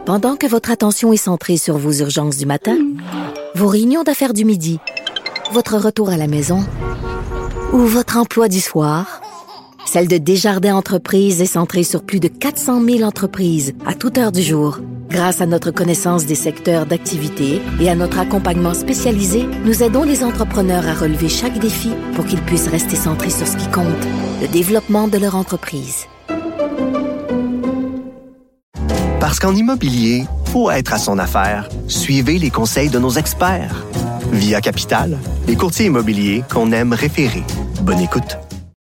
Pendant que votre attention est centrée sur vos urgences du matin, vos réunions d'affaires du midi, votre retour à la maison ou votre emploi du soir, celle de Desjardins Entreprises est centrée sur plus de 400 000 entreprises à toute heure du jour. Grâce à notre connaissance des secteurs d'activité et à notre accompagnement spécialisé, nous aidons les entrepreneurs à relever chaque défi pour qu'ils puissent rester centrés sur ce qui compte, le développement de leur entreprise. Parce qu'en immobilier, faut être à son affaire. Suivez les conseils de nos experts. Via Capital, les courtiers immobiliers qu'on aime référer. Bonne écoute.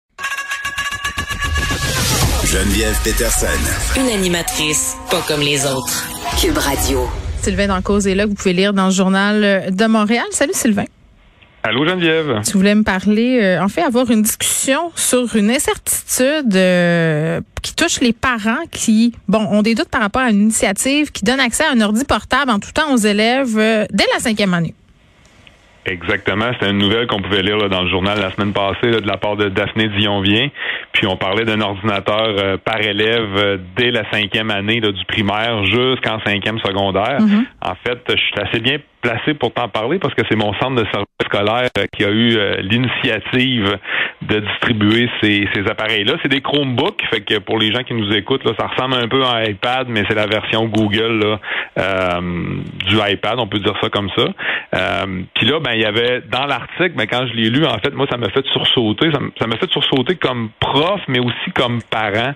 Geneviève Peterson. Une animatrice pas comme les autres. Cube Radio. Sylvain Dancause est là, que vous pouvez lire dans le Journal de Montréal. Salut Sylvain. Allô Geneviève. Tu voulais me parler, avoir une discussion sur une incertitude qui touche les parents qui, ont des doutes par rapport à une initiative qui donne accès à un ordi portable en tout temps aux élèves dès la 5e année. Exactement, c'était une nouvelle qu'on pouvait lire là, dans le journal la semaine passée là, de la part de Daphné Dionvien. Puis on parlait d'un ordinateur par élève dès la 5e année là, du primaire jusqu'en 5e secondaire. Mm-hmm. En fait, je suis assez bien placé pour t'en parler parce que c'est mon centre de service scolaire qui a eu l'initiative de distribuer ces appareils-là. C'est des Chromebooks, fait que pour les gens qui nous écoutent, là, ça ressemble un peu à un iPad, mais c'est la version Google là, du iPad, on peut dire ça comme ça. Puis là, il y avait dans l'article, quand je l'ai lu, en fait, moi, ça m'a fait sursauter. Ça m'a fait sursauter comme prof, mais aussi comme parent.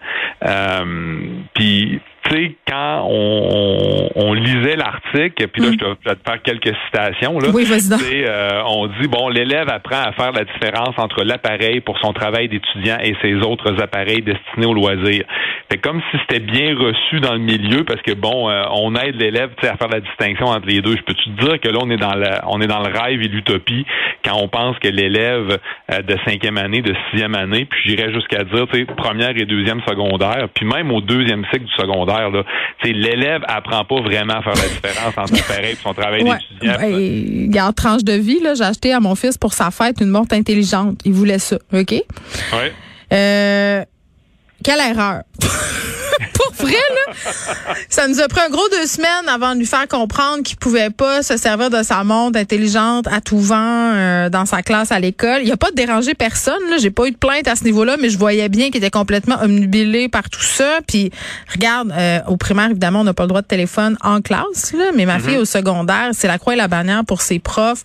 Puis tu sais, quand on lisait l'article, puis là, je vais te faire quelques citations. Là, oui, vas-y donc. On dit, l'élève apprend à faire la différence entre l'appareil pour son travail d'étudiant et ses autres appareils destinés au loisir. C'est comme si c'était bien reçu dans le milieu, parce que, on aide l'élève à faire la distinction entre les deux. Je peux te dire que là, on est dans le rêve et l'utopie quand on pense que l'élève de 5e année, de 6e année, puis j'irais jusqu'à dire, première et deuxième secondaire, puis même au deuxième cycle du secondaire, là, l'élève apprend pas vraiment à faire la différence entre l'appareil et son travail d'étudiant. Regarde, tranche de vie, là, j'ai acheté à mon fils pour sa fête une montre intelligente. Il voulait ça, OK? Oui. Quelle erreur! Pour vrai, là, ça nous a pris un gros 2 semaines avant de lui faire comprendre qu'il pouvait pas se servir de sa montre intelligente à tout vent dans sa classe à l'école. Il a pas dérangé personne, là. J'ai pas eu de plainte à ce niveau-là, mais je voyais bien qu'il était complètement omnubilé par tout ça. Puis, regarde, au primaire, évidemment, on n'a pas le droit de téléphone en classe, là, mais ma fille au secondaire, c'est la croix et la bannière pour ses profs.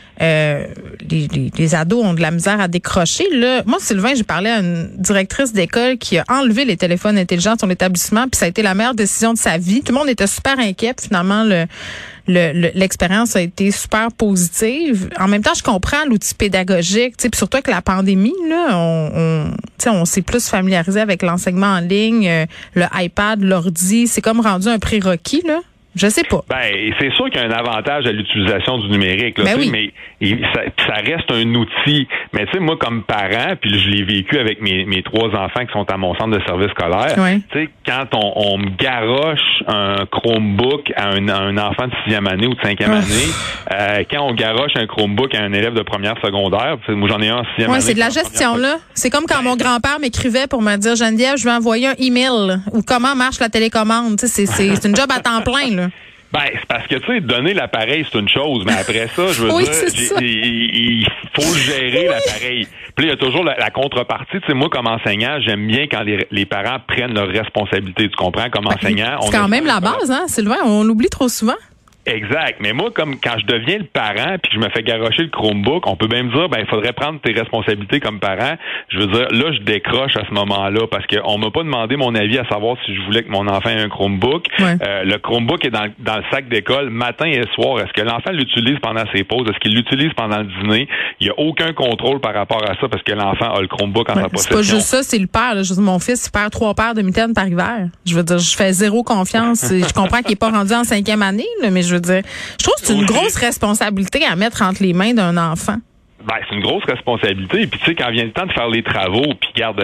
Les ados ont de la misère à décrocher. Là, moi, Sylvain, j'ai parlé à une directrice d'école qui a enlevé les téléphones intelligents de son établissement, puis ça a été la meilleure décision de sa vie. Tout le monde était super inquiet, puis finalement, l'expérience a été super positive. En même temps, je comprends l'outil pédagogique, puis surtout avec la pandémie, là, on s'est plus familiarisé avec l'enseignement en ligne, le iPad, l'ordi, c'est comme rendu un prérequis, là. Je sais pas. C'est sûr qu'il y a un avantage à l'utilisation du numérique, là, oui. Mais ça reste un outil. Mais tu sais, moi, comme parent, puis je l'ai vécu avec mes 3 enfants qui sont à mon centre de service scolaire, tu sais, quand on me garoche un Chromebook à un enfant de 6e année ou de 5e année, quand on garoche un Chromebook à un élève de première secondaire, moi j'en ai un en 6e année. Oui, c'est de la gestion, là. C'est comme quand mon grand-père m'écrivait pour me dire, Geneviève, je vais envoyer un email ou comment marche la télécommande. Tu sais, c'est une job à temps plein, là. C'est parce que, tu sais, donner l'appareil, c'est une chose, mais après ça, je veux dire, il faut gérer l'appareil. Puis là, il y a toujours la contrepartie. Tu sais, moi, comme enseignant, j'aime bien quand les parents prennent leurs responsabilités. Tu comprends? Comme enseignant, c'est quand même la base, hein, Sylvain? On l'oublie trop souvent. Exact. Mais moi, comme quand je deviens le parent puis que je me fais garocher le Chromebook, on peut même dire, il faudrait prendre tes responsabilités comme parent. Je veux dire, là, je décroche à ce moment-là parce qu'on m'a pas demandé mon avis à savoir si je voulais que mon enfant ait un Chromebook. Ouais. Le Chromebook est dans le sac d'école matin et soir. Est-ce que l'enfant l'utilise pendant ses pauses? Est-ce qu'il l'utilise pendant le dîner? Il y a aucun contrôle par rapport à ça parce que l'enfant a le Chromebook en sa possession. C'est pas juste ça, c'est le père. Là. Je veux dire, mon fils, il perd 3 paires de mitaines par hiver. Je veux dire, je fais zéro confiance. Je comprends qu'il est pas rendu en 5e année, là, mais je veux dire, je trouve que c'est une grosse responsabilité à mettre entre les mains d'un enfant. Ben, c'est une grosse responsabilité. Puis tu sais, quand vient le temps de faire les travaux, puis regarde,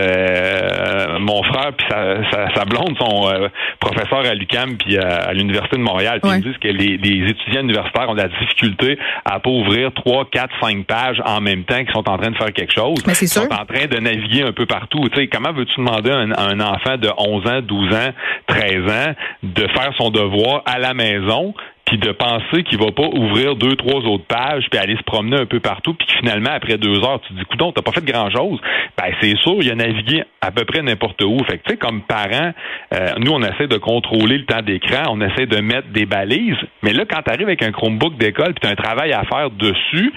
mon frère puis sa blonde sont professeurs à l'UQAM puis à l'Université de Montréal. Puis ils me disent que les étudiants universitaires ont de la difficulté à pas ouvrir 3, 4, 5 pages en même temps qu'ils sont en train de faire quelque chose. Mais c'est sûr. Ils sont en train de naviguer un peu partout. Tu sais, comment veux-tu demander à un enfant de 11 ans, 12 ans, 13 ans de faire son devoir à la maison, puis de penser qu'il va pas ouvrir 2, 3 autres pages, puis aller se promener un peu partout, puis finalement, après 2 heures, tu te dis, coudonc, t'as pas fait grand-chose. Ben, c'est sûr, il a navigué à peu près n'importe où. Fait que, tu sais, comme parents, nous, on essaie de contrôler le temps d'écran, on essaie de mettre des balises, mais là, quand t'arrives avec un Chromebook d'école, puis t'as un travail à faire dessus,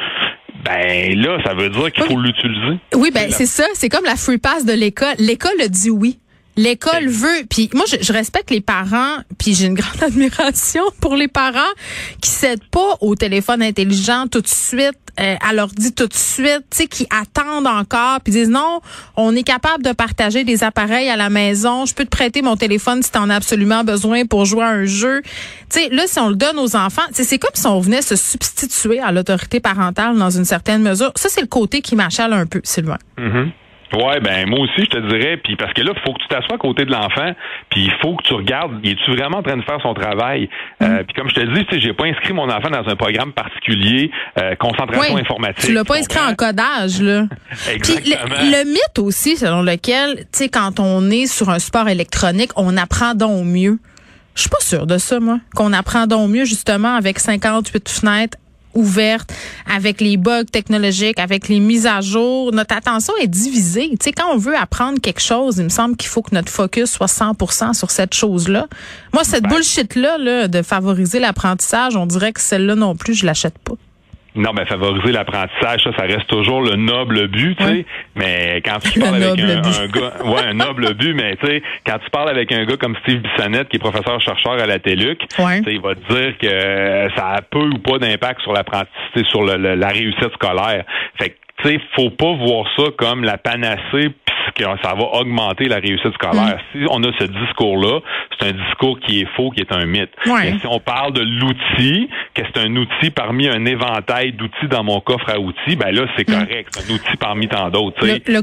ben là, ça veut dire qu'il faut l'utiliser. Oui, ben c'est ça. C'est comme la free pass de l'école. L'école a dit oui. L'école veut, puis moi je respecte les parents, puis j'ai une grande admiration pour les parents qui cèdent pas au téléphone intelligent tout de suite, à l'ordi tout de suite, tu sais, qui attendent encore, puis disent non, on est capable de partager des appareils à la maison, je peux te prêter mon téléphone si t'en as absolument besoin pour jouer à un jeu. Tu sais, là si on le donne aux enfants, c'est comme si on venait se substituer à l'autorité parentale dans une certaine mesure. Ça c'est le côté qui m'achale un peu, Sylvain. Mm-hmm. Ouais, ben moi aussi je te dirais, puis parce que là, il faut que tu t'assoies à côté de l'enfant, puis il faut que tu regardes, es-tu vraiment en train de faire son travail? Puis comme je te dis, tu sais, j'ai pas inscrit mon enfant dans un programme particulier, concentration informatique. Tu l'as pas inscrit en codage, là. Exactement. Puis le mythe aussi, selon lequel, tu sais, quand on est sur un support électronique, on apprend donc mieux. Je suis pas sûre de ça, moi. Qu'on apprend donc mieux, justement, avec 58 fenêtres ouverte, avec les bugs technologiques, avec les mises à jour. Notre attention est divisée. Tu sais, quand on veut apprendre quelque chose, il me semble qu'il faut que notre focus soit 100% sur cette chose-là. Moi, cette bullshit-là, là, de favoriser l'apprentissage, on dirait que celle-là non plus, je l'achète pas. Non, ben favoriser l'apprentissage, ça reste toujours le noble but, tu sais. Mais quand tu parles avec un gars, un noble but, mais tu sais, quand tu parles avec un gars comme Steve Bissonnette, qui est professeur-chercheur à la TELUQ, il va te dire que ça a peu ou pas d'impact sur l'apprentissage, sur la réussite scolaire. Fait que tu sais, faut pas voir ça comme la panacée puisque ça va augmenter la réussite scolaire. Si on a ce discours-là, c'est un discours qui est faux, qui est un mythe. Mais si on parle de l'outil, que c'est un outil parmi un éventail d'outils dans mon coffre à outils, ben là, c'est correct. C'est un outil parmi tant d'autres. Le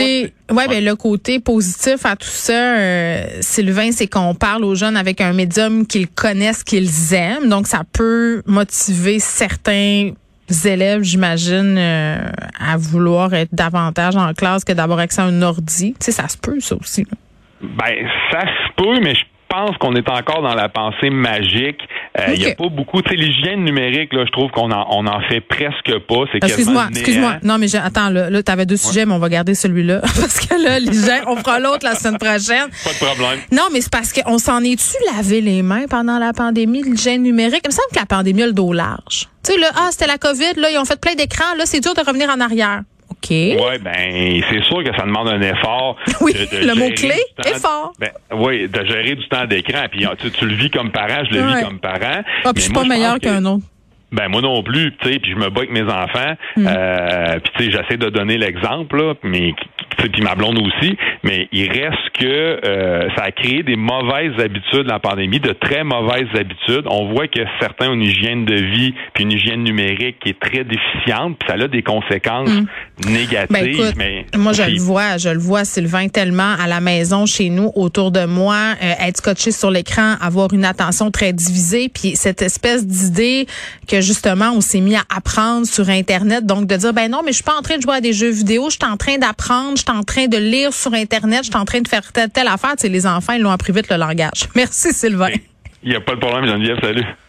côté positif à tout ça, Sylvain, c'est qu'on parle aux jeunes avec un médium qu'ils connaissent, qu'ils aiment. Donc, ça peut motiver certains élèves, j'imagine, à vouloir être davantage en classe que d'avoir accès à un ordi. Tu sais, ça se peut, ça aussi. Là. Ben, ça se peut, mais je pense qu'on est encore dans la pensée magique. Il y a pas beaucoup, tu sais, l'hygiène numérique, là, je trouve qu'on en fait presque pas. C'est Excuse-moi. Non, mais attends, là, t'avais 2 sujets, mais on va garder celui-là. Parce que là, l'hygiène, on fera l'autre la semaine prochaine. Pas de problème. Non, mais c'est parce qu'on s'en est-tu lavé les mains pendant la pandémie, l'hygiène numérique? Il me semble que la pandémie a le dos large. Tu sais, là, c'était la COVID, là, ils ont fait plein d'écrans, là, c'est dur de revenir en arrière. OK. Oui, ben, c'est sûr que ça demande un effort. Oui, le mot-clé, effort. Ben, oui, de gérer du temps d'écran. Puis tu le vis comme parent, je le vis comme parent. Ah, puis je suis pas meilleur qu'un autre. Ben moi non plus, tu sais, puis je me bats avec mes enfants, puis tu sais, j'essaie de donner l'exemple, là, mais puis ma blonde aussi, mais il reste que ça a créé des mauvaises habitudes la pandémie, de très mauvaises habitudes. On voit que certains ont une hygiène de vie puis une hygiène numérique qui est très déficiente, puis ça a des conséquences négatives. Ben écoute, mais moi je le vois, Sylvain, tellement à la maison, chez nous, autour de moi, être scotché sur l'écran, avoir une attention très divisée, puis cette espèce d'idée que justement on s'est mis à apprendre sur Internet, donc de dire ben non, mais je suis pas en train de jouer à des jeux vidéo, je suis en train d'apprendre, je suis en train de lire sur Internet, je suis en train de faire telle affaire. Tu sais, les enfants, ils l'ont appris vite le langage. Merci, Sylvain. Il n'y a pas de problème, Geneviève, salut.